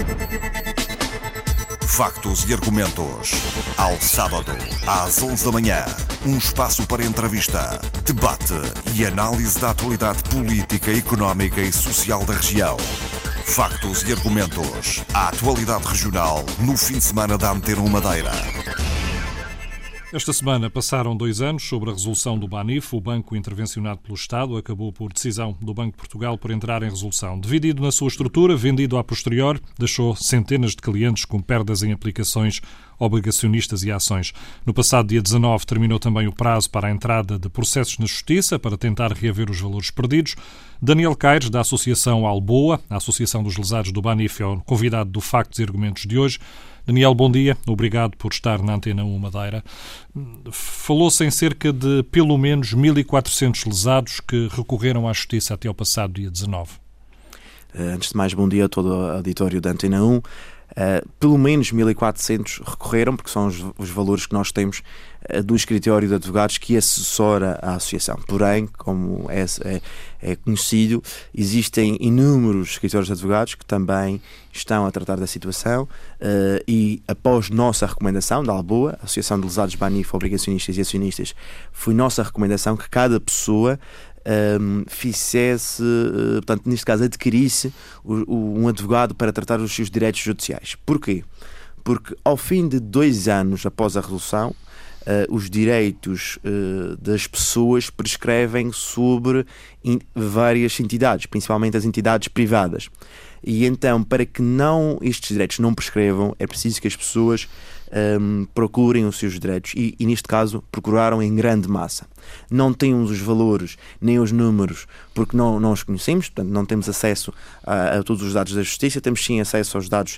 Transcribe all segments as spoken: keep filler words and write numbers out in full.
Factos e argumentos. Ao sábado, às onze da manhã. Um espaço para entrevista, debate e análise da atualidade política, económica e social da região. Factos e argumentos. A atualidade regional no fim de semana da Antena um Madeira. Esta semana passaram dois anos sobre a resolução do Banif. O banco intervencionado pelo Estado acabou por decisão do Banco de Portugal por entrar em resolução. Dividido na sua estrutura, vendido a posterior, deixou centenas de clientes com perdas em aplicações obrigacionistas e ações. No passado dia dezanove terminou também o prazo para a entrada de processos na Justiça para tentar reaver os valores perdidos. Daniel Caires, da Associação Alboa, a Associação dos Lesados do Banif, é o convidado do Factos e Argumentos de hoje. Daniel, bom dia. Obrigado por estar na Antena um Madeira. Falou-se em cerca de pelo menos mil e quatrocentos lesados que recorreram à Justiça até ao passado dia dezanove. Antes de mais, bom dia a todo o auditório da Antena um. Uh, pelo menos mil e quatrocentos recorreram, porque são os, os valores que nós temos uh, do escritório de advogados que assessora a associação. Porém, como é, é, é conhecido, existem inúmeros escritórios de advogados que também estão a tratar da situação uh, e, após nossa recomendação da Alboa, a Associação de Lesados Banif, Obrigacionistas e Acionistas, foi nossa recomendação que cada pessoa Um, fizesse, uh, portanto, neste caso, adquirisse o, o, um advogado para tratar os seus direitos judiciais. Porquê? Porque ao fim de dois anos após a resolução, uh, os direitos uh, das pessoas prescrevem sobre in, várias entidades, principalmente as entidades privadas. E então, para que não estes direitos não prescrevam, é preciso que as pessoas um, procurem os seus direitos e, e, neste caso, procuraram em grande massa. Não temos os valores nem os números porque não, não os conhecemos, portanto não temos acesso a, a todos os dados da Justiça, temos sim acesso aos dados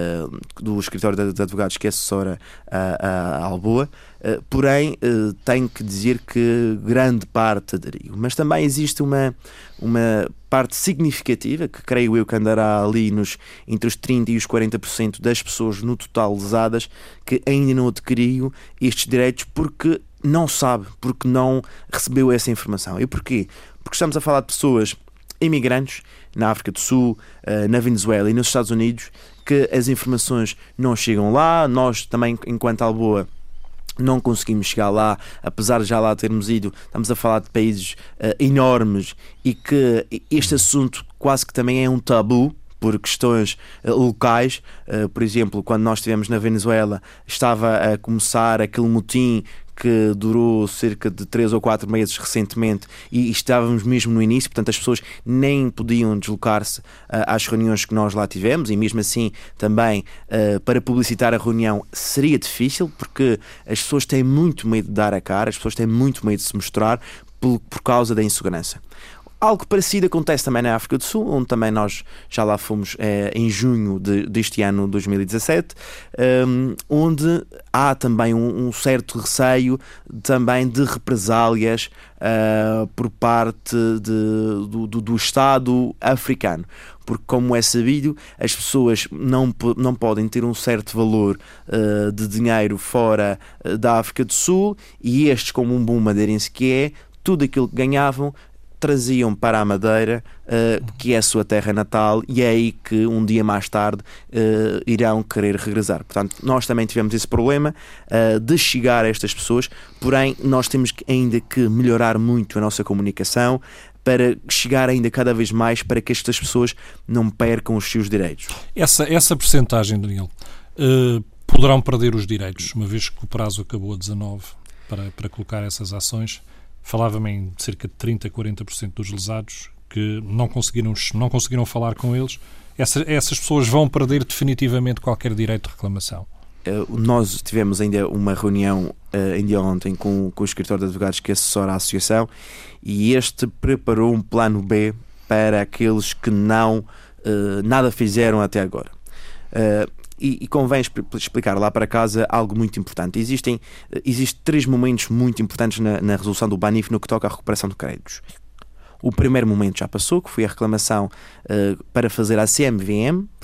uh, do escritório de, de advogados que assessora a, a, a Alboa, uh, porém uh, tenho que dizer que grande parte aderiu. Mas também existe uma, uma parte significativa, que creio eu que andará ali nos, entre os trinta por cento e os quarenta por cento das pessoas no total lesadas, que ainda não adquiriu estes direitos porque não sabe, porque não recebeu essa informação. E porquê? Porque estamos a falar de pessoas imigrantes na África do Sul, na Venezuela e nos Estados Unidos, que as informações não chegam lá. Nós também, enquanto Alboa, não conseguimos chegar lá, apesar de já lá termos ido. Estamos a falar de países uh, enormes e que este assunto quase que também é um tabu por questões uh, locais. Uh, por exemplo, quando nós estivemos na Venezuela, estava a começar aquele motim que durou cerca de três ou quatro meses recentemente e estávamos mesmo no início, portanto as pessoas nem podiam deslocar-se uh, às reuniões que nós lá tivemos e mesmo assim também uh, para publicitar a reunião seria difícil porque as pessoas têm muito medo de dar a cara, as pessoas têm muito medo de se mostrar por, por causa da insegurança. Algo parecido acontece também na África do Sul, onde também nós já lá fomos eh, em junho de, deste ano, dois mil e dezassete, um, onde há também um, um certo receio também de represálias uh, por parte de, do, do, do Estado africano. Porque, como é sabido, as pessoas não, não podem ter um certo valor uh, de dinheiro fora uh, da África do Sul e estes, como um bom madeirense que é, tudo aquilo que ganhavam traziam para a Madeira, uh, que é a sua terra natal, e é aí que um dia mais tarde uh, irão querer regressar. Portanto, nós também tivemos esse problema uh, de chegar a estas pessoas, porém nós temos ainda que melhorar muito a nossa comunicação para chegar ainda cada vez mais para que estas pessoas não percam os seus direitos. Essa, essa percentagem, Daniel, uh, poderão perder os direitos, uma vez que o prazo acabou a dezanove para, para colocar essas ações? Falava-me em cerca de trinta, quarenta por cento dos lesados que não conseguiram, não conseguiram falar com eles. Essa, essas pessoas vão perder definitivamente qualquer direito de reclamação. Uh, nós tivemos ainda uma reunião uh, ainda ontem com, com o escritório de advogados que assessora a associação e este preparou um plano B para aqueles que não uh, nada fizeram até agora. Uh, E, e convém explicar lá para casa algo muito importante. Existem, existem três momentos muito importantes na, na resolução do Banif no que toca à recuperação de créditos. O primeiro momento já passou, que foi a reclamação uh, para fazer a C M V M,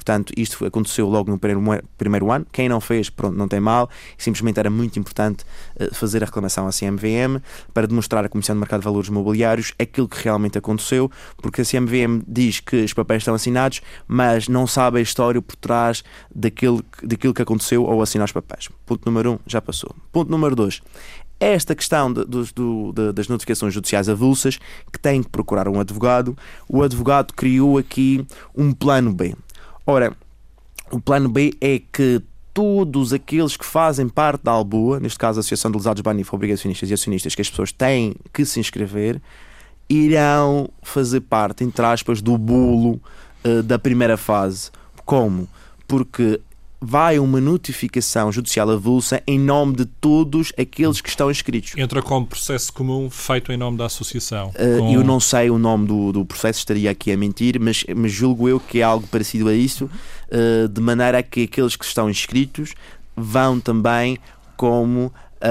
portanto isto aconteceu logo no primeiro, primeiro ano. Quem não fez, pronto, não tem mal, simplesmente era muito importante uh, fazer a reclamação à C M V M para demonstrar à Comissão de Mercado de Valores Mobiliários aquilo que realmente aconteceu, porque a C M V M diz que os papéis estão assinados, mas não sabe a história por trás daquilo, daquilo que aconteceu ao assinar os papéis. Ponto número um, já passou. Ponto número dois, esta questão de, de, de, das notificações judiciais avulsas, que tem que procurar um advogado. O advogado criou aqui um plano B. Ora, o plano B é que todos aqueles que fazem parte da ALBOA, neste caso a Associação de Lesados Banif, Obrigacionistas e Acionistas, que as pessoas têm que se inscrever, irão fazer parte, entre aspas, do bolo uh, da primeira fase. Como? Porque vai uma notificação judicial avulsa em nome de todos aqueles que estão inscritos. Entra como processo comum feito em nome da associação. Uh, com... Eu não sei o nome do, do processo, estaria aqui a mentir, mas, mas julgo eu que é algo parecido a isso, uh, de maneira a que aqueles que estão inscritos vão também como,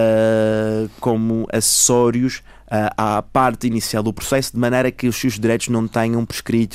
uh, como acessórios à parte inicial do processo, de maneira que os seus direitos não tenham prescrito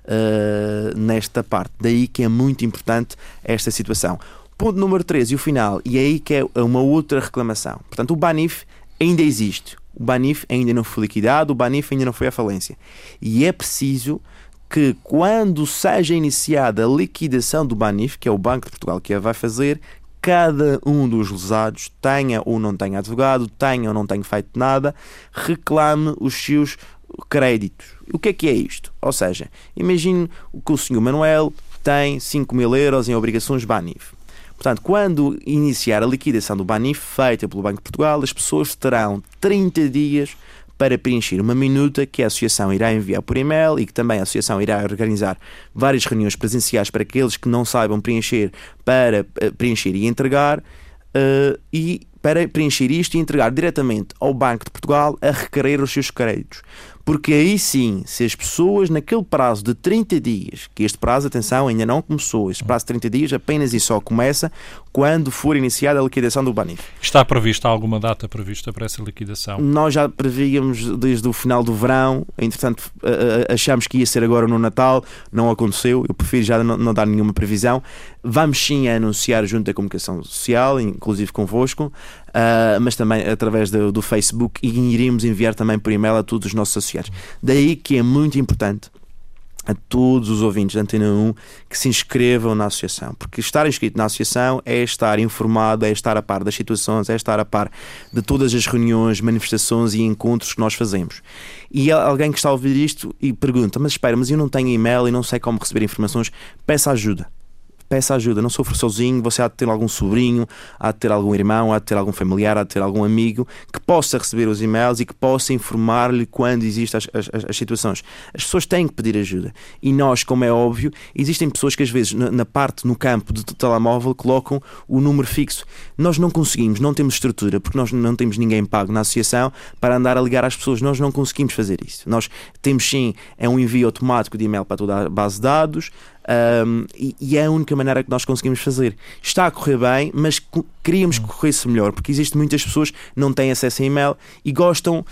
uh, nesta parte. Daí que é muito importante esta situação. Ponto número três e o final, e é aí que é uma outra reclamação. Portanto, o Banif ainda existe. O Banif ainda não foi liquidado, o Banif ainda não foi à falência. E é preciso que, quando seja iniciada a liquidação do Banif, que é o Banco de Portugal que a vai fazer, cada um dos lesados, tenha ou não tenha advogado, tenha ou não tenha feito nada, reclame os seus créditos. O que é que é isto? Ou seja, imagine que o senhor Manuel tem cinco mil euros em obrigações Banif. Portanto, quando iniciar a liquidação do Banif feita pelo Banco de Portugal, as pessoas terão trinta dias para preencher uma minuta que a Associação irá enviar por e-mail e que também a Associação irá organizar várias reuniões presenciais para aqueles que não saibam preencher, para preencher e entregar, uh, e para preencher isto e entregar diretamente ao Banco de Portugal a requerer os seus créditos. Porque aí sim, se as pessoas naquele prazo de trinta dias, que este prazo, atenção, ainda não começou, este prazo de trinta dias apenas e só começa quando for iniciada a liquidação do Banif. Está prevista alguma data prevista para essa liquidação? Nós já prevíamos desde o final do verão, entretanto achamos que ia ser agora no Natal, não aconteceu, eu prefiro já não, não dar nenhuma previsão. Vamos sim a anunciar junto da Comunicação Social, inclusive convosco, uh, mas também através do, do Facebook, e iremos enviar também por e-mail a todos os nossos associados. Daí que é muito importante a todos os ouvintes da Antena um que se inscrevam na associação, porque estar inscrito na associação é estar informado, é estar a par das situações, é estar a par de todas as reuniões, manifestações e encontros que nós fazemos. E alguém que está a ouvir isto e pergunta, mas espera, mas eu não tenho e-mail e não sei como receber informações, peça ajuda. Peça ajuda, não sofre sozinho, você há de ter algum sobrinho, há de ter algum irmão, há de ter algum familiar, há de ter algum amigo que possa receber os e-mails e que possa informar-lhe quando existem as, as, as situações. As pessoas têm que pedir ajuda. E nós, como é óbvio, existem pessoas que às vezes na, na parte, no campo do telemóvel, colocam o número fixo. Nós não conseguimos, não temos estrutura, porque nós não temos ninguém pago na associação para andar a ligar às pessoas. Nós não conseguimos fazer isso. Nós temos sim, é um envio automático de e-mail para toda a base de dados. Um, e, e é a única maneira que nós conseguimos fazer. Está a correr bem, mas queríamos que corresse melhor, porque existem muitas pessoas que não têm acesso a e-mail e gostam,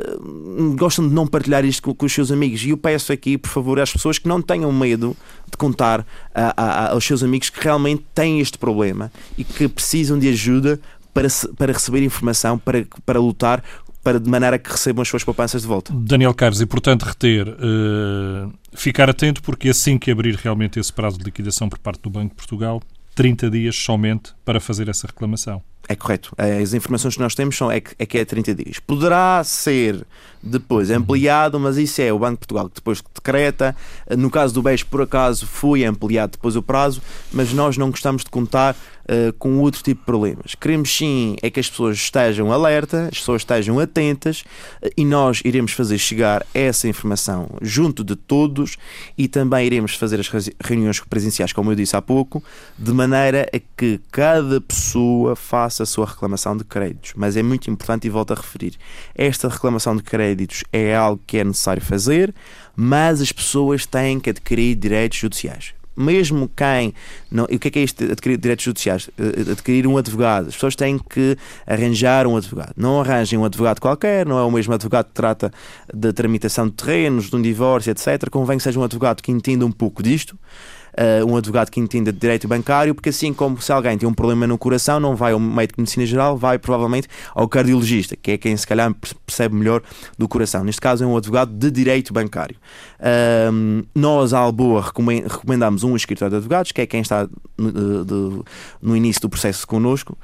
uh, gostam de não partilhar isto com, com os seus amigos. E eu peço aqui, por favor, às pessoas que não tenham medo de contar a, a, aos seus amigos que realmente têm este problema e que precisam de ajuda para, para receber informação, para, para lutar, para de maneira que recebam as suas poupanças de volta. Daniel Carlos, é importante reter, uh, ficar atento, porque assim que abrir realmente esse prazo de liquidação por parte do Banco de Portugal, trinta dias somente para fazer essa reclamação. É correto. As informações que nós temos são é que é, que é trinta dias. Poderá ser depois ampliado, mas isso é o Banco de Portugal que depois decreta. No caso do B E S, por acaso, foi ampliado depois o prazo, mas nós não gostamos de contar uh, com outro tipo de problemas. Queremos sim é que as pessoas estejam alerta, as pessoas estejam atentas, uh, e nós iremos fazer chegar essa informação junto de todos e também iremos fazer as reuniões presenciais, como eu disse há pouco, de maneira a que cada pessoa faça a sua reclamação de créditos. Mas é muito importante, e volto a referir, esta reclamação de créditos é algo que é necessário fazer, mas as pessoas têm que adquirir direitos judiciais. Mesmo quem... Não, e o que é que é isto de adquirir direitos judiciais? Adquirir um advogado. As pessoas têm que arranjar um advogado. Não arranjem um advogado qualquer, não é o mesmo advogado que trata da tramitação de terrenos, de um divórcio, etcétera. Convém que seja um advogado que entenda um pouco disto. uh, um advogado que entenda de direito bancário, porque assim como se alguém tem um problema no coração, não vai ao médico de medicina geral, vai provavelmente ao cardiologista, que é quem se calhar percebe melhor do coração. Neste caso é um advogado de direito bancário. Uh, nós, à Alboa, recomendamos um escritório de advogados, que é quem está no, de, no início do processo connosco.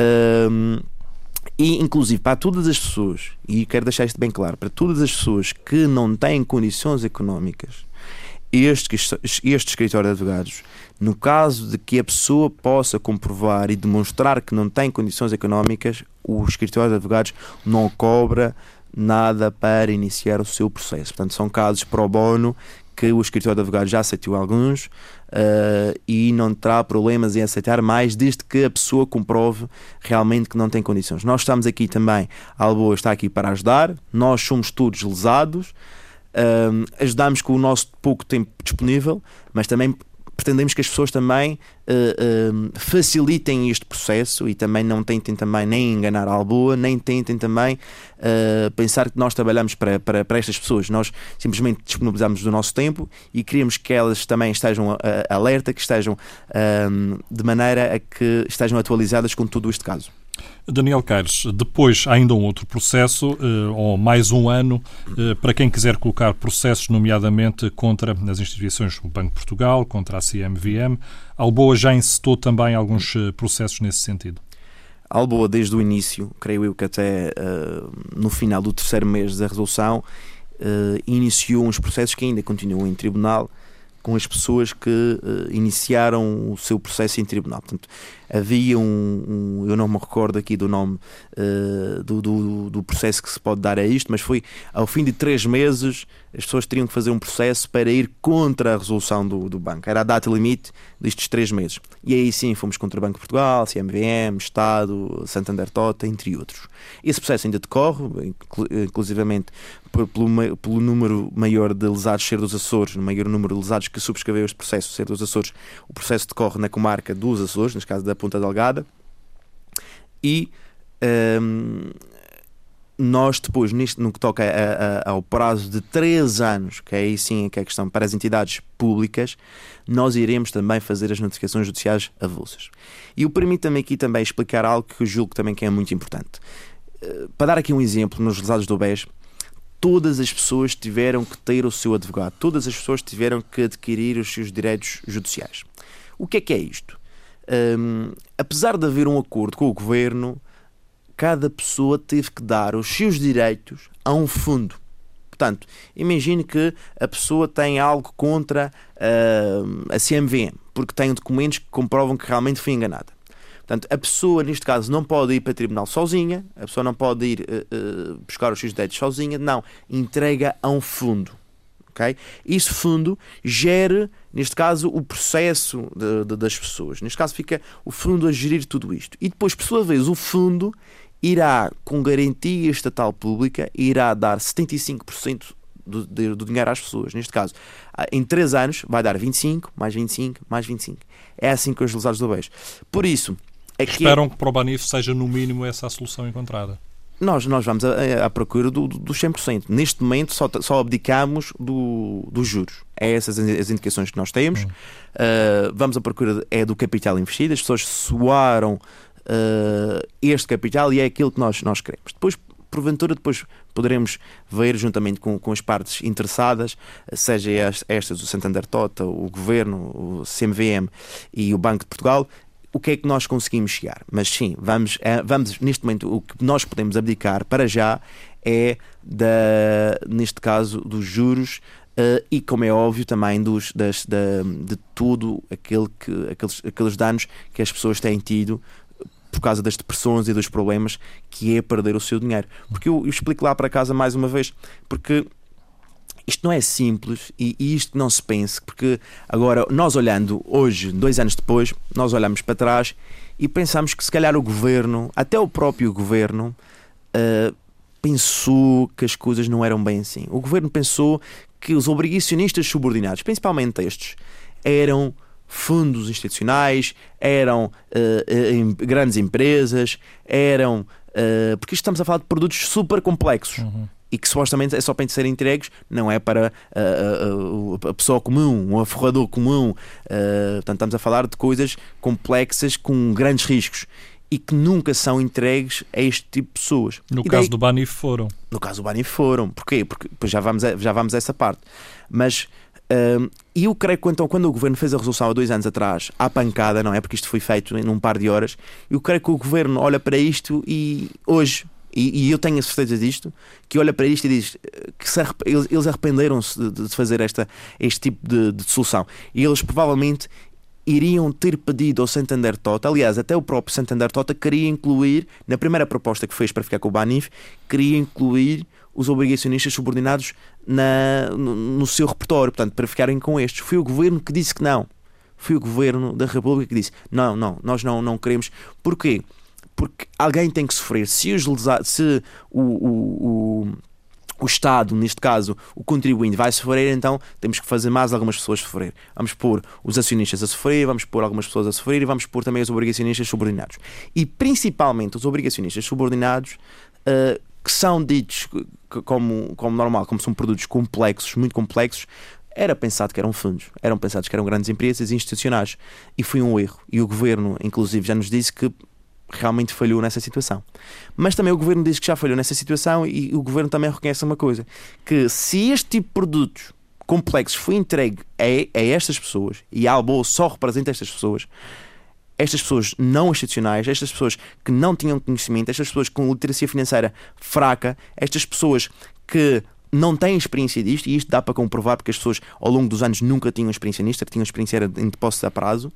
Uh, E, inclusive, para todas as pessoas, e quero deixar isto bem claro, para todas as pessoas que não têm condições económicas, este, este escritório de advogados, no caso de que a pessoa possa comprovar e demonstrar que não tem condições económicas, o escritório de advogados não cobra nada para iniciar o seu processo. Portanto, são casos pro bono que o escritório de advogados já aceitou alguns uh, e não terá problemas em aceitar mais, desde que a pessoa comprove realmente que não tem condições. Nós estamos aqui também, a Alboa está aqui para ajudar, nós somos todos lesados, uh, ajudamos com o nosso pouco tempo disponível, mas também pretendemos que as pessoas também uh, uh, facilitem este processo e também não tentem também nem enganar a Alboa, nem tentem também uh, pensar que nós trabalhamos para, para, para estas pessoas. Nós simplesmente disponibilizamos o nosso tempo e queremos que elas também estejam uh, alerta, que estejam uh, de maneira a que estejam atualizadas com todo este caso. Daniel Caires, depois há ainda um outro processo, ou mais um ano, para quem quiser colocar processos, nomeadamente contra as instituições do Banco de Portugal, contra a C M V M. A Alboa já incitou também alguns processos nesse sentido? A Alboa, desde o início, creio eu que até uh, no final do terceiro mês da resolução, uh, iniciou uns processos que ainda continuam em tribunal, com as pessoas que uh, iniciaram o seu processo em tribunal. Portanto, havia um, um eu não me recordo aqui do nome uh, do, do, do processo que se pode dar a isto, mas foi ao fim de três meses as pessoas teriam que fazer um processo para ir contra a resolução do, do banco. Era a data limite destes três meses. E aí sim fomos contra o Banco de Portugal, C M V M, Estado, Santander Tota, entre outros. Esse processo ainda decorre, inclusivamente pelo, pelo número maior de lesados ser dos Açores, no maior número de lesados que subscreveu este processo ser dos Açores, o processo decorre na comarca dos Açores, neste caso da Ponta Delgada, e hum, nós depois, nisto, no que toca a, a, ao prazo de três anos, que aí sim que é a questão para as entidades públicas, nós iremos também fazer as notificações judiciais avulsas. E eu permito-me aqui também explicar algo que eu julgo também que é muito importante. Para dar aqui um exemplo, nos lesados do B E S, todas as pessoas tiveram que ter o seu advogado, todas as pessoas tiveram que adquirir os seus direitos judiciais. O que é que é isto? Um, apesar de haver um acordo com o Governo, cada pessoa teve que dar os seus direitos a um fundo. Portanto, imagine que a pessoa tem algo contra uh, a C M V M, porque tem documentos que comprovam que realmente foi enganada. Portanto, a pessoa, neste caso, não pode ir para o tribunal sozinha, a pessoa não pode ir uh, uh, buscar os seus direitos sozinha, não, entrega a um fundo. Okay? Esse fundo gera, neste caso, o processo de, de, das pessoas. Neste caso, fica o fundo a gerir tudo isto. E depois, por sua vez, o fundo irá, com garantia estatal pública, irá dar setenta e cinco por cento do, do, do dinheiro às pessoas. Neste caso, em três anos, vai dar vinte e cinco, mais vinte e cinco, mais vinte e cinco. É assim com os lesados do B E S. Por isso... É que Esperam é... que para o Banif seja, no mínimo, essa a solução encontrada. Nós, nós vamos à, à procura do, do, dos cem por cento. Neste momento só, só abdicamos do, dos juros. É essas as indicações que nós temos. Hum. Uh, vamos à procura é do capital investido. As pessoas soaram uh, este capital e é aquilo que nós, nós queremos. Depois, porventura, depois poderemos ver juntamente com, com as partes interessadas, seja estas, o Santander Tota, o Governo, o C M V M e o Banco de Portugal, o que é que nós conseguimos chegar. Mas sim, vamos, vamos neste momento, o que nós podemos abdicar para já é, da, neste caso, dos juros uh, e, como é óbvio, também dos, das, da, de tudo aquele que, aqueles, aqueles danos que as pessoas têm tido por causa das depressões e dos problemas, que é perder o seu dinheiro. Porque eu, eu explico lá para casa mais uma vez, porque isto não é simples e, e isto não se pense, porque agora nós olhando hoje, dois anos depois, nós olhamos para trás e pensamos que se calhar o Governo, até o próprio Governo, uh, pensou que as coisas não eram bem assim. O Governo pensou que os obrigacionistas subordinados, principalmente estes, eram fundos institucionais, eram uh, em grandes empresas, eram... Uh, porque estamos a falar de produtos super complexos. Uhum. e que supostamente é só para serem entregues, não é para uh, uh, a pessoa comum, um aforrador comum. Uh, portanto, estamos a falar de coisas complexas com grandes riscos e que nunca são entregues a este tipo de pessoas. No e caso daí, do Banif foram. No caso do Banif foram. Porquê? Porque pois já, vamos a, já vamos a essa parte. Mas uh, eu creio que então, quando o Governo fez a resolução há dois anos atrás, à pancada, não é? Porque isto foi feito num par de horas, eu creio que o Governo olha para isto e hoje... E, e eu tenho a certeza disto, que olha para isto e diz que se arrep- eles, eles arrependeram-se de, de fazer esta, este tipo de, de solução. E eles provavelmente iriam ter pedido ao Santander Tota, aliás, até o próprio Santander Tota queria incluir, na primeira proposta que fez para ficar com o Banif, queria incluir os obrigacionistas subordinados na, no, no seu repertório, portanto, para ficarem com estes. Foi o Governo que disse que não. Foi o Governo da República que disse não, não, nós não, não queremos. Porquê? Porque alguém tem que sofrer. Se, os, se o, o, o, o Estado, neste caso o contribuinte, vai sofrer, então temos que fazer mais algumas pessoas sofrer. Vamos pôr os acionistas a sofrer, vamos pôr algumas pessoas a sofrer e vamos pôr também os obrigacionistas subordinados. E principalmente os obrigacionistas subordinados, uh, que são ditos como, como normal, como são produtos complexos, muito complexos. Era pensado que eram fundos, eram pensados que eram grandes empresas institucionais. E foi um erro. E o Governo, inclusive, já nos disse que realmente falhou nessa situação. Mas também o Governo diz que já falhou nessa situação e o Governo também reconhece uma coisa, que se este tipo de produtos complexos foi entregue a, a estas pessoas, e a Alboa só representa estas pessoas, estas pessoas não institucionais, estas pessoas que não tinham conhecimento, estas pessoas com literacia financeira fraca, estas pessoas que não têm experiência disto, e isto dá para comprovar porque as pessoas ao longo dos anos nunca tinham experiência nisto, que tinham experiência em depósitos a prazo.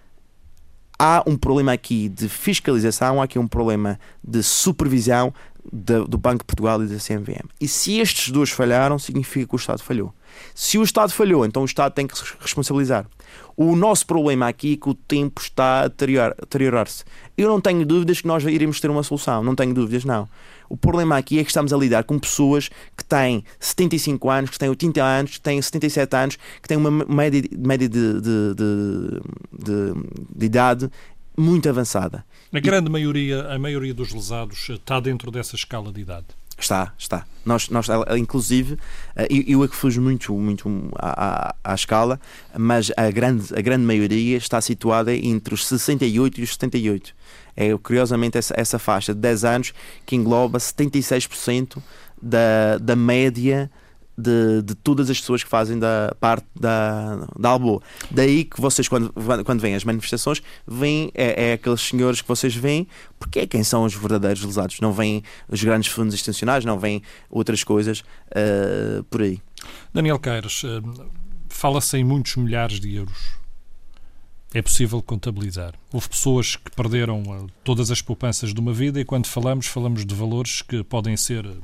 Há um problema aqui de fiscalização, há aqui um problema de supervisão de, do Banco de Portugal e da C M V M. E se estes dois falharam, significa que o Estado falhou. Se o Estado falhou, então o Estado tem que se responsabilizar. O nosso problema aqui é que o tempo está a deteriorar-se. Eu não tenho dúvidas que nós iremos ter uma solução, não tenho dúvidas, não. O problema aqui é que estamos a lidar com pessoas que têm setenta e cinco anos, que têm oitenta anos, que têm setenta e sete anos, que têm uma média, média de, de, de, de, de idade muito avançada. A grande e... maioria, a maioria dos lesados está dentro dessa escala de idade. Está, está. Nós, nós, inclusive, eu, eu é que fujo muito, muito à, à, à escala, mas a grande, a grande maioria está situada entre os sessenta e oito e os setenta e oito. É curiosamente essa, essa faixa de dez anos que engloba setenta e seis por cento da, da média de, de todas as pessoas que fazem da parte da, da Alboa. Daí que vocês, quando, quando vêm as manifestações, vêm, é, é aqueles senhores que vocês veem, porque é quem são os verdadeiros lesados. Não vêm os grandes fundos institucionais, não vêm outras coisas uh, por aí. Daniel Queiroz, uh, fala-se em muitos milhares de euros. É possível contabilizar. Houve pessoas que perderam uh, todas as poupanças de uma vida e quando falamos, falamos de valores que podem ser uh,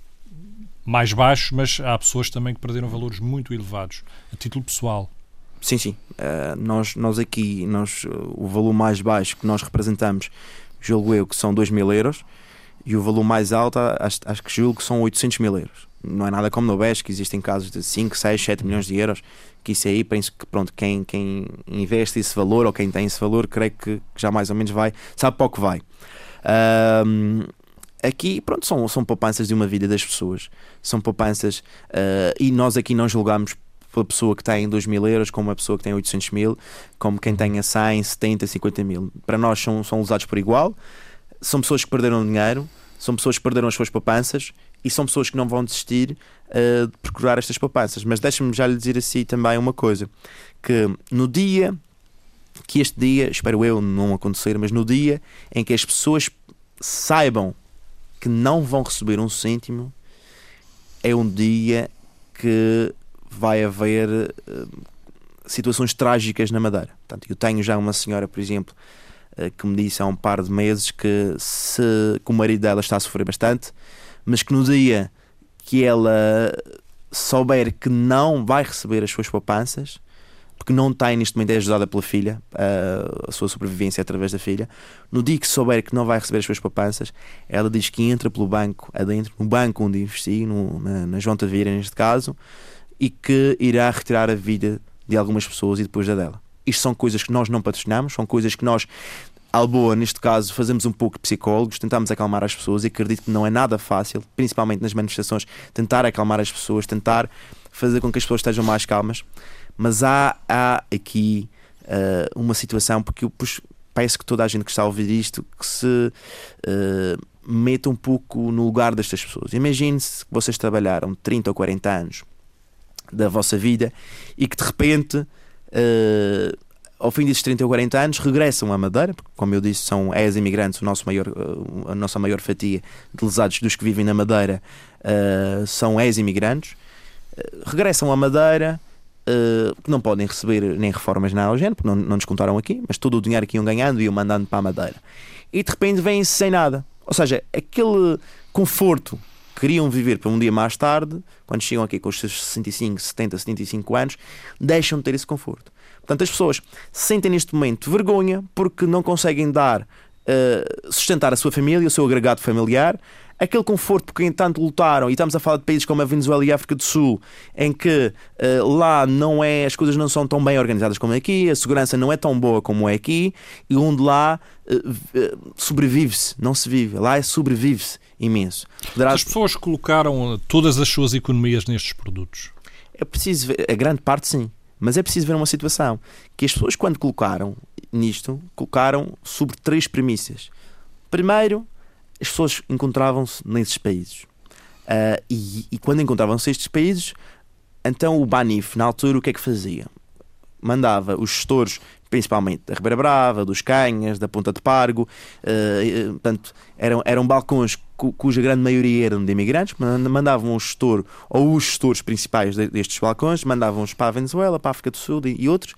mais baixos, mas há pessoas também que perderam valores muito elevados, a título pessoal. Sim, sim. Uh, nós, nós aqui, nós, uh, o valor mais baixo que nós representamos, julgo eu que são dois mil euros, e o valor mais alto, acho, acho que julgo que são oitocentos mil euros. Não é nada como no B E S, que existem casos de cinco, seis, sete milhões de euros, que isso aí, penso que pronto, quem, quem investe esse valor, ou quem tem esse valor, creio que, que já mais ou menos vai, sabe para o que vai. Uh, Aqui, pronto, são, são poupanças de uma vida das pessoas. São poupanças, uh, e nós aqui não julgamos pela pessoa que tem dois mil euros como a pessoa que tem oitocentos mil, como quem tenha cem, setenta, cinquenta mil. Para nós são, são usados por igual. São pessoas que perderam dinheiro, são pessoas que perderam as suas poupanças e são pessoas que não vão desistir uh, de procurar estas poupanças. Mas deixa-me já lhe dizer assim também uma coisa, que no dia, que este dia, espero eu não acontecer, mas no dia em que as pessoas saibam que não vão receber um cêntimo, é um dia que vai haver uh, situações trágicas na Madeira. Portanto, eu tenho já uma senhora, por exemplo, uh, que me disse há um par de meses que, se, que o marido dela está a sofrer bastante, mas que no dia que ela souber que não vai receber as suas poupanças, porque não tem neste momento, é ajudada pela filha, a, a sua sobrevivência através da filha, no dia que souber que não vai receber as suas poupanças, ela diz que entra pelo banco adentro, no banco onde investi, no, na, na João Tavira neste caso, e que irá retirar a vida de algumas pessoas e depois da dela. Isto são coisas que nós não patrocinamos, são coisas que nós Alboa, neste caso, fazemos um pouco de psicólogos, tentamos acalmar as pessoas e acredito que não é nada fácil, principalmente nas manifestações, tentar acalmar as pessoas, tentar fazer com que as pessoas estejam mais calmas. Mas há, há aqui uh, uma situação, porque eu puxo, parece que toda a gente que está a ouvir isto que se uh, meta um pouco no lugar destas pessoas. Imagine-se que vocês trabalharam trinta ou quarenta anos da vossa vida e que de repente uh, ao fim desses trinta ou quarenta anos regressam à Madeira, porque como eu disse são ex-imigrantes, o nosso maior, uh, a nossa maior fatia de lesados dos que vivem na Madeira uh, são ex-imigrantes, uh, regressam à Madeira, Uh, que não podem receber nem reformas nem algene, porque não, não descontaram aqui, mas todo o dinheiro que iam ganhando iam mandando para a Madeira. E de repente vêm-se sem nada. Ou seja, aquele conforto que queriam viver para um dia mais tarde, quando chegam aqui com os seus sessenta e cinco, setenta, setenta e cinco anos, deixam de ter esse conforto. Portanto, as pessoas sentem neste momento vergonha porque não conseguem dar, uh, sustentar a sua família, o seu agregado familiar. Aquele conforto porque entanto lutaram, e estamos a falar de países como a Venezuela e a África do Sul, em que uh, lá não é, as coisas não são tão bem organizadas como aqui, a segurança não é tão boa como é aqui, e onde lá uh, uh, sobrevive-se, não se vive, lá é sobrevive-se imenso. Poderá... As pessoas colocaram todas as suas economias nestes produtos? É preciso ver, a grande parte sim, mas é preciso ver uma situação, que as pessoas quando colocaram nisto, colocaram sobre três premissas. Primeiro, as pessoas encontravam-se nesses países. Uh, e, e quando encontravam-se nestes países, então o Banif, na altura, o que é que fazia? Mandava os gestores, principalmente da Ribeira Brava, dos Canhas, da Ponta de Pargo, uh, portanto, eram, eram balcões cu, cuja grande maioria eram de imigrantes, mandavam o gestor, ou os gestores principais destes balcões, mandavam-os para a Venezuela, para a África do Sul e, e outros,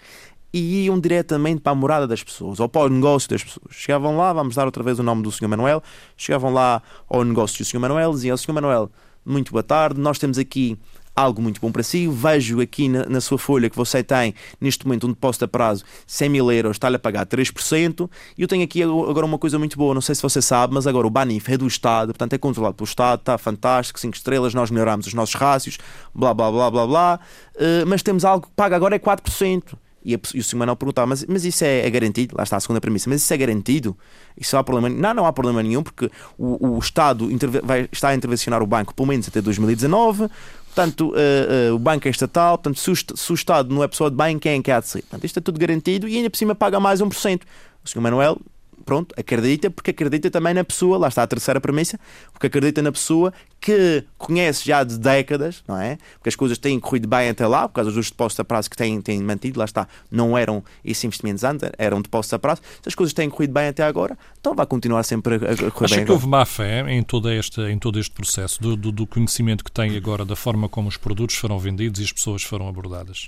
e iam diretamente para a morada das pessoas, ou para o negócio das pessoas. Chegavam lá, vamos dar outra vez o nome do senhor Manuel, chegavam lá ao negócio do senhor Manuel, diziam ao senhor Manuel, muito boa tarde, nós temos aqui algo muito bom para si, vejo aqui na, na sua folha que você tem, neste momento, um depósito a prazo cem mil euros, está-lhe a pagar três por cento, e eu tenho aqui agora uma coisa muito boa, não sei se você sabe, mas agora o Banif é do Estado, portanto é controlado pelo Estado, está fantástico, cinco estrelas, nós melhoramos os nossos rácios, blá blá blá blá blá, uh, mas temos algo que paga agora é quatro por cento. E, a, e o senhor Manuel perguntava, mas, mas isso é, é garantido? Lá está a segunda premissa, mas isso é garantido? Isso há problema? Não, não há problema nenhum, porque o, o Estado interve, vai, está a intervencionar o banco pelo menos até dois mil e dezanove, portanto uh, uh, o banco é estatal, portanto se o, se o Estado não é pessoa de bem, quem é que há de ser? Portanto isto é tudo garantido e ainda por cima paga mais um por cento. O senhor Manuel, pronto, acredita, porque acredita também na pessoa, lá está a terceira premissa, porque acredita na pessoa que conhece já de décadas, não é? Porque as coisas têm corrido bem até lá, por causa dos depósitos a prazo que têm, têm mantido, lá está, não eram esses investimentos antes, eram depósitos a prazo, se as coisas têm corrido bem até agora, então vai continuar sempre a, a correr Acha bem. Acha que agora. houve má fé em todo este, em todo este processo, do, do, do conhecimento que tem agora, da forma como os produtos foram vendidos e as pessoas foram abordadas?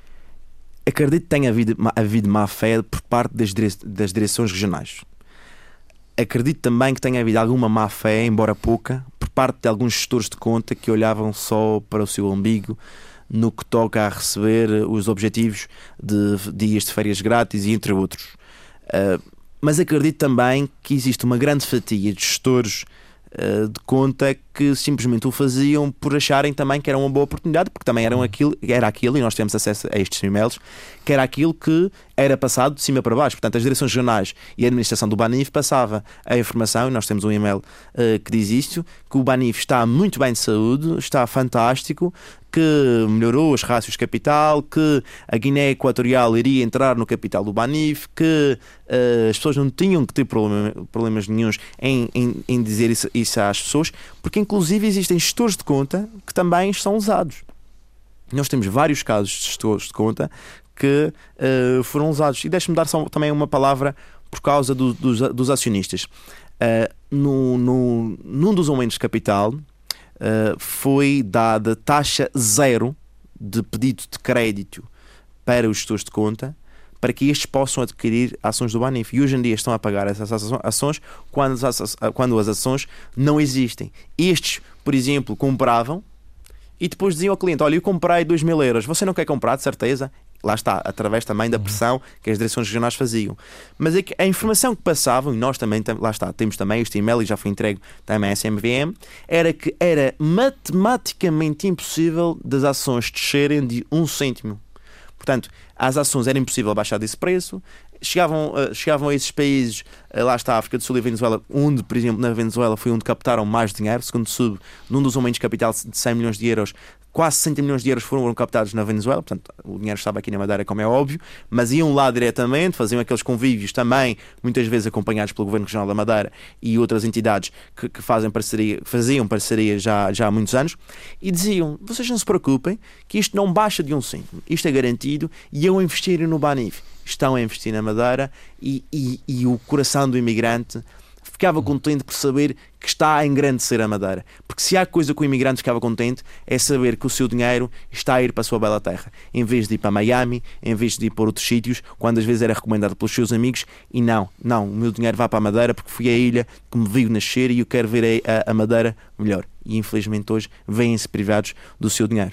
Acredito que tenha havido, havido má fé por parte das, dire, das direções regionais. Acredito também que tenha havido alguma má fé, embora pouca, por parte de alguns gestores de conta que olhavam só para o seu umbigo no que toca a receber os objetivos de dias de férias grátis e entre outros. Uh, mas acredito também que existe uma grande fatia de gestores uh, de conta que simplesmente o faziam por acharem também que era uma boa oportunidade, porque também eram aquilo, era aquilo, e nós temos acesso a estes e-mails, que era aquilo que era passado de cima para baixo. Portanto, as direções regionais e a administração do Banif passava a informação, e nós temos um e-mail uh, que diz isto, que o Banif está muito bem de saúde, está fantástico, que melhorou os rácios de capital, que a Guiné Equatorial iria entrar no capital do Banif, que uh, as pessoas não tinham que ter problema, problemas nenhuns em, em, em dizer isso, isso às pessoas, porque inclusive existem gestores de conta que também são usados. Nós temos vários casos de gestores de conta que uh, foram usados. E deixe-me dar só também uma palavra por causa do, dos, dos acionistas. Uh, no, no, num dos aumentos de capital uh, foi dada taxa zero de pedido de crédito para os gestores de conta, para que estes possam adquirir ações do Banif. E hoje em dia estão a pagar essas ações quando as, quando as ações não existem. Estes, por exemplo, compravam e depois diziam ao cliente, olha, eu comprei dois mil euros, você não quer comprar, de certeza? Lá está, através também da pressão que as direções regionais faziam. Mas é que a informação que passavam, e nós também, lá está, temos também este e-mail e já foi entregue também à S M V M, era que era matematicamente impossível das ações descerem de um cêntimo. Portanto, as ações era impossível baixar desse preço, chegavam, uh, chegavam a esses países, uh, lá está a África do Sul e a Venezuela, onde, por exemplo, na Venezuela foi onde captaram mais dinheiro, segundo sub, num dos aumentos de capital de cem milhões de euros, quase sessenta milhões de euros foram captados na Venezuela, portanto o dinheiro estava aqui na Madeira, como é óbvio, mas iam lá diretamente, faziam aqueles convívios também, muitas vezes acompanhados pelo Governo Regional da Madeira e outras entidades que, que fazem parceria, faziam parceria já, já há muitos anos, e diziam, vocês não se preocupem que isto não baixa de um cêntimo, isto é garantido, e eu investir no Banif, estão a investir na Madeira, e, e, e o coração do imigrante ficava contente por saber que está a engrandecer a Madeira. Porque se há coisa que o imigrante ficava contente é saber que o seu dinheiro está a ir para a sua bela terra. Em vez de ir para Miami, em vez de ir para outros sítios, quando às vezes era recomendado pelos seus amigos, e não, não, o meu dinheiro vai para a Madeira porque fui a ilha que me viu nascer e eu quero ver a, a Madeira melhor. E infelizmente hoje vêm-se privados do seu dinheiro.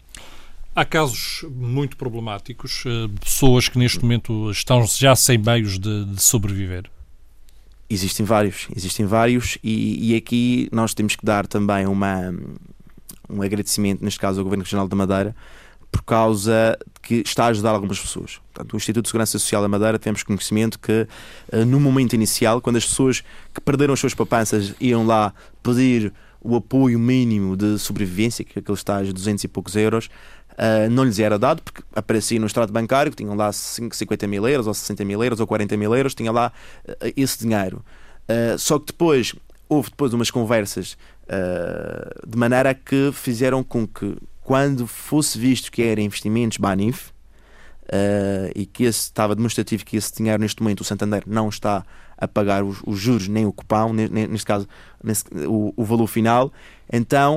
Há casos muito problemáticos, pessoas que neste momento estão já sem meios de, de sobreviver. Existem vários, existem vários e, e aqui nós temos que dar também uma, um agradecimento, neste caso ao Governo Regional da Madeira, por causa de que está a ajudar algumas pessoas. Portanto, o Instituto de Segurança Social da Madeira, temos conhecimento que no momento inicial, quando as pessoas que perderam as suas poupanças iam lá pedir o apoio mínimo de sobrevivência, que aquele está a duzentos e poucos euros, Uh, não lhes era dado, porque aparecia no extrato bancário que tinham lá cinquenta mil euros, ou sessenta mil euros, ou quarenta mil euros, tinha lá uh, esse dinheiro. Uh, só que depois, houve depois umas conversas uh, de maneira a que fizeram com que, quando fosse visto que eram investimentos Banif, uh, e que esse estava demonstrativo que esse dinheiro, neste momento, o Santander não está a pagar os, os juros, nem o cupão, neste caso, nesse, o, o valor final, então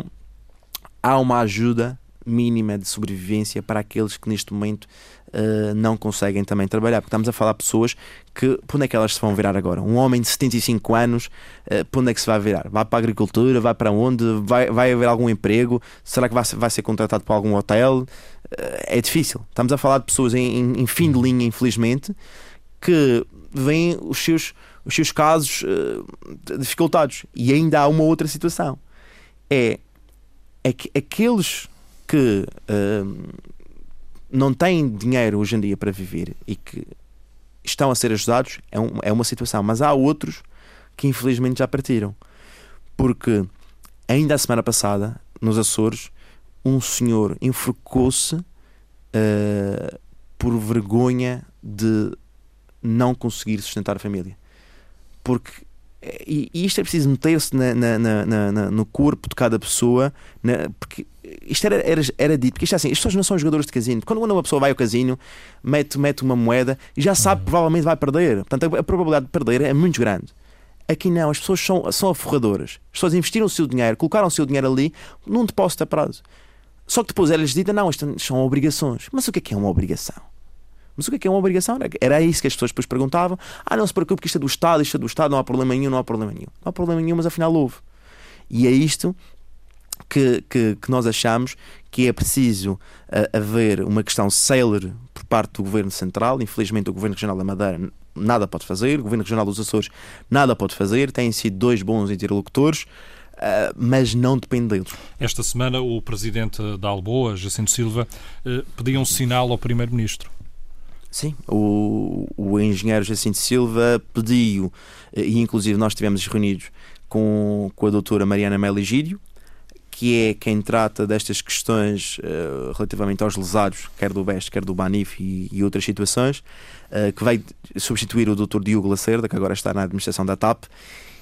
há uma ajuda mínima de sobrevivência para aqueles que neste momento uh, não conseguem também trabalhar, porque estamos a falar de pessoas que, para onde é que elas se vão virar agora? Um homem de setenta e cinco anos, uh, para onde é que se vai virar? Vai para a agricultura? Vai para onde? Vai, vai haver algum emprego? Será que vai, vai ser contratado para algum hotel? Uh, é difícil. Estamos a falar de pessoas em, em, em fim de linha, infelizmente, que veem os seus, os seus casos uh, dificultados. E ainda há uma outra situação. É, é que aqueles que uh, não têm dinheiro hoje em dia para viver e que estão a ser ajudados, é, um, é uma situação. Mas há outros que infelizmente já partiram. Porque ainda a semana passada, nos Açores, um senhor enforcou-se uh, por vergonha de não conseguir sustentar a família. Porque E, e isto é preciso meter-se na, na, na, na, no corpo de cada pessoa, na, porque isto era, era, era dito, porque isto é assim, as pessoas não são jogadores de casino. Quando uma pessoa vai ao casino, mete, mete uma moeda e já sabe que provavelmente vai perder. Portanto, a, a probabilidade de perder é muito grande. Aqui não, as pessoas são, são aforradoras. As pessoas investiram o seu dinheiro, colocaram o seu dinheiro ali num depósito a prazo. Só que depois é-lhes dita, não, isto são obrigações. Mas o que é que é uma obrigação? Mas o que é que é uma obrigação? Era isso que as pessoas depois perguntavam. Ah, não se preocupe que isto é do Estado, isto é do Estado, não há problema nenhum, não há problema nenhum. Não há problema nenhum, mas afinal houve. E é isto que, que, que nós achamos que é preciso uh, haver uma questão célere por parte do Governo Central. Infelizmente o Governo Regional da Madeira nada pode fazer, o Governo Regional dos Açores nada pode fazer, têm sido dois bons interlocutores, uh, mas não depende deles. Esta semana o Presidente da Alboa, Jacinto Silva, uh, pediu um sinal ao Primeiro-Ministro. Sim, o, o engenheiro Jacinto Silva pediu, e inclusive nós estivemos reunidos com, com a doutora Mariana Meligídio, que é quem trata destas questões uh, relativamente aos lesados, quer do B E S, quer do Banif e, e outras situações, uh, que vai substituir o doutor Diogo Lacerda, que agora está na administração da T A P,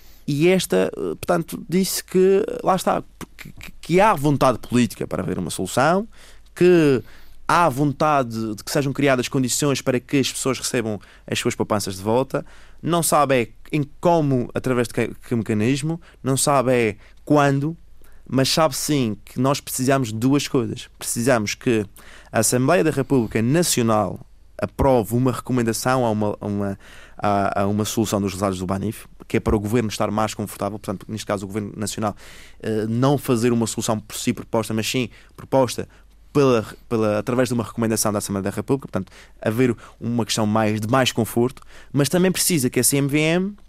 e esta, uh, portanto, disse que, lá está, que, que há vontade política para haver uma solução, que há vontade de que sejam criadas condições para que as pessoas recebam as suas poupanças de volta, não sabe é em como, através de que, que mecanismo, não sabe é quando, mas sabe sim que nós precisamos de duas coisas. Precisamos que a Assembleia da República Nacional aprove uma recomendação a uma, a uma, a, a uma solução dos lesados do Banif, que é para o Governo estar mais confortável, portanto, neste caso o Governo Nacional, eh, não fazer uma solução por si proposta, mas sim proposta Pela, pela, através de uma recomendação da Assembleia da República, portanto, haver uma questão mais, de mais conforto, mas também precisa que a C M V M uh,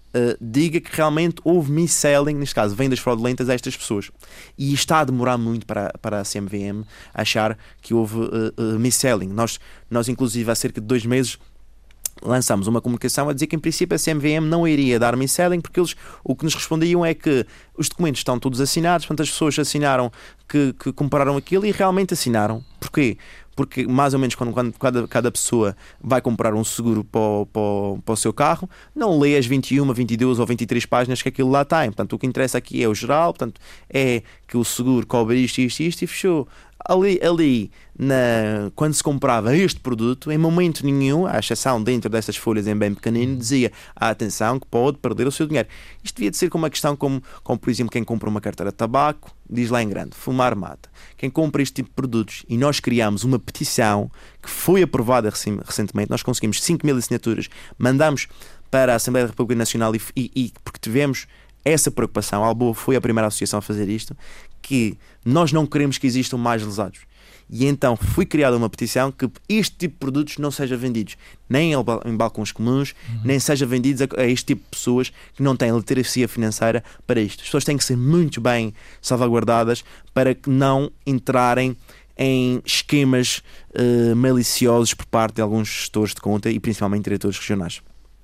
diga que realmente houve mis-selling, neste caso, vendas fraudulentas a estas pessoas. E está a demorar muito para, para a C M V M achar que houve uh, uh, mis-selling. Nós, nós, inclusive, há cerca de dois meses lançámos uma comunicação a dizer que em princípio a C M V M não iria dar mis-selling, porque eles o que nos respondiam é que os documentos estão todos assinados, portanto as pessoas assinaram que, que compraram aquilo e realmente assinaram. Porquê? Porque mais ou menos quando, quando cada, cada pessoa vai comprar um seguro para o, para, o, para o seu carro, não lê as vinte e uma, vinte e duas ou vinte e três páginas que aquilo lá tem. Portanto, o que interessa aqui é o geral, portanto, é que o seguro cobre isto, isto, isto e fechou. Ali, ali na, quando se comprava este produto, em momento nenhum, à exceção dentro dessas folhas em bem pequenino, dizia, ah, atenção que pode perder o seu dinheiro. Isto devia de ser como uma questão como, como, por exemplo, quem compra uma carteira de tabaco, diz lá em grande, fumar mata. Quem compra este tipo de produtos, e nós criámos uma petição que foi aprovada recentemente, nós conseguimos cinco mil assinaturas, mandámos para a Assembleia da República Nacional e, e, e porque tivemos essa preocupação, a Alboa foi a primeira associação a fazer isto, que nós não queremos que existam mais lesados. E então foi criada uma petição que este tipo de produtos não seja vendidos nem em balcões comuns, uhum. nem seja vendidos a, a este tipo de pessoas que não têm literacia financeira para isto. As pessoas têm que ser muito bem salvaguardadas para que não entrarem em esquemas uh, maliciosos por parte de alguns gestores de conta e principalmente diretores regionais.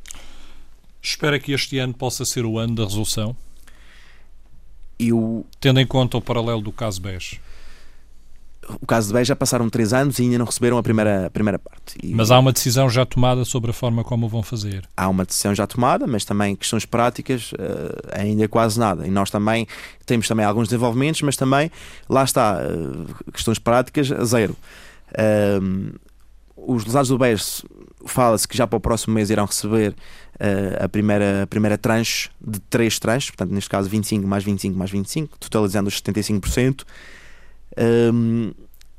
Espera que este ano possa ser o ano da resolução? Eu... Tendo em conta o paralelo do caso B E S. O caso de B E S já passaram três anos e ainda não receberam a primeira, a primeira parte. E... Mas há uma decisão já tomada sobre a forma como o vão fazer? Há uma decisão já tomada, mas também questões práticas uh, ainda quase nada. E nós também temos também alguns desenvolvimentos, mas também, lá está, uh, questões práticas, zero. Uh, os lesados do B E S, fala-se que já para o próximo mês irão receber uh, a, primeira, a primeira tranche de três tranches, portanto neste caso vinte e cinco mais vinte e cinco mais vinte e cinco, totalizando os setenta e cinco por cento. Um,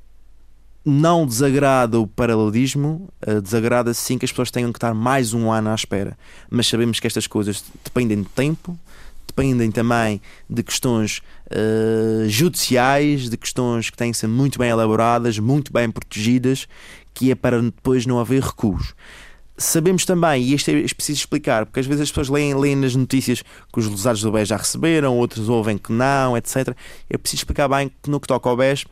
não desagrada o paralelismo, uh, desagrada sim que as pessoas tenham que estar mais um ano à espera, mas sabemos que estas coisas dependem de tempo, dependem também de questões uh, judiciais, de questões que têm que ser muito bem elaboradas, muito bem protegidas, que é para depois não haver recuos. Sabemos também, e isto é preciso explicar, porque às vezes as pessoas leem, leem nas notícias que os lesados do B E S já receberam, outros ouvem que não, etcétera. É preciso explicar bem que no que toca ao B E S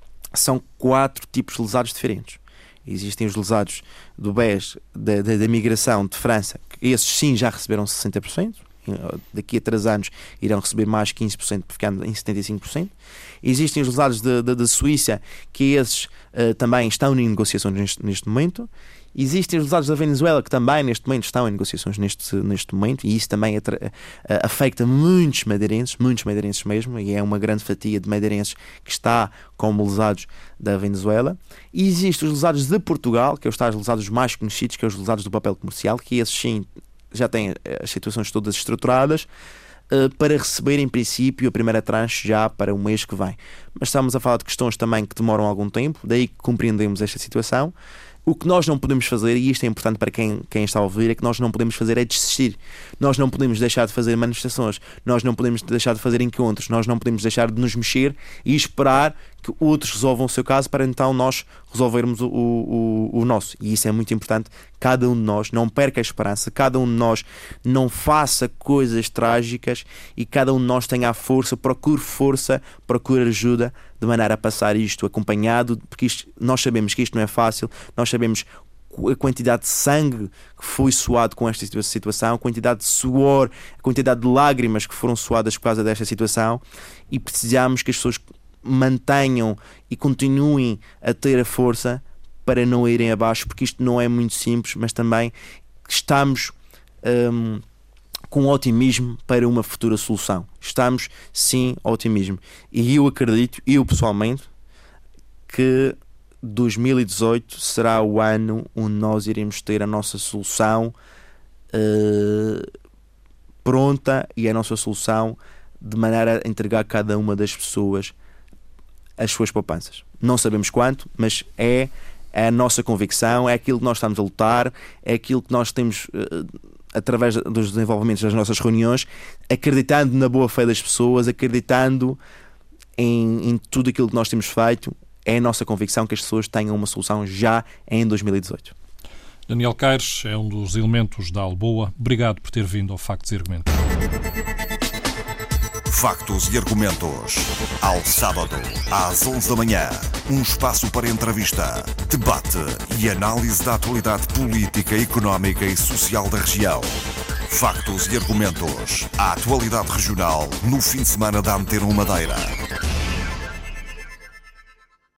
são quatro tipos de lesados diferentes. Existem os lesados do B E S da, da, da migração de França, que esses sim já receberam sessenta por cento. Daqui a três anos irão receber mais quinze por cento, ficando em setenta e cinco por cento. Existem os lesados da Suíça, que esses uh, também estão em negociações neste, neste momento. Existem os lesados da Venezuela, que também neste momento estão em negociações neste, neste momento, e isso também atra- afeta muitos madeirenses, muitos madeirenses mesmo, e é uma grande fatia de madeirenses que está como lesados da Venezuela. E existem os lesados de Portugal, que é os tais lesados mais conhecidos, que é os lesados do papel comercial, que esses sim já têm as situações todas estruturadas, uh, para receber em princípio a primeira tranche já para o mês que vem. Mas estamos a falar de questões também que demoram algum tempo, daí que compreendemos esta situação. O que nós não podemos fazer, e isto é importante para quem, quem está a ouvir, é que nós não podemos fazer é desistir. Nós não podemos deixar de fazer manifestações, nós não podemos deixar de fazer encontros, nós não podemos deixar de nos mexer e esperar que outros resolvam o seu caso para então nós resolvermos o, o, o nosso. E isso é muito importante. Cada um de nós não perca a esperança, cada um de nós não faça coisas trágicas e cada um de nós tenha a força, procure força, procure ajuda, de maneira a passar isto acompanhado, porque isto, nós sabemos que isto não é fácil, nós sabemos a quantidade de sangue que foi suado com esta situação, a quantidade de suor, a quantidade de lágrimas que foram suadas por causa desta situação, e precisamos que as pessoas mantenham e continuem a ter a força para não irem abaixo, porque isto não é muito simples, mas também estamos hum, com otimismo para uma futura solução. Estamos sim otimismo, e eu acredito, eu pessoalmente, que dois mil e dezoito será o ano onde nós iremos ter a nossa solução uh, pronta, e a nossa solução de maneira a entregar a cada uma das pessoas as suas poupanças. Não sabemos quanto, mas é a nossa convicção, é aquilo que nós estamos a lutar, é aquilo que nós temos uh, através dos desenvolvimentos das nossas reuniões, acreditando na boa fé das pessoas, acreditando em, em tudo aquilo que nós temos feito. É a nossa convicção que as pessoas tenham uma solução já em dois mil e dezoito. Daniel Caires é um dos elementos da Alboa. Obrigado por ter vindo ao Factos e Argumentos. Factos e argumentos. Ao sábado, às onze da manhã. Um espaço para entrevista, debate e análise da atualidade política, económica e social da região. Factos e argumentos. A atualidade regional no fim de semana da Antena um Madeira.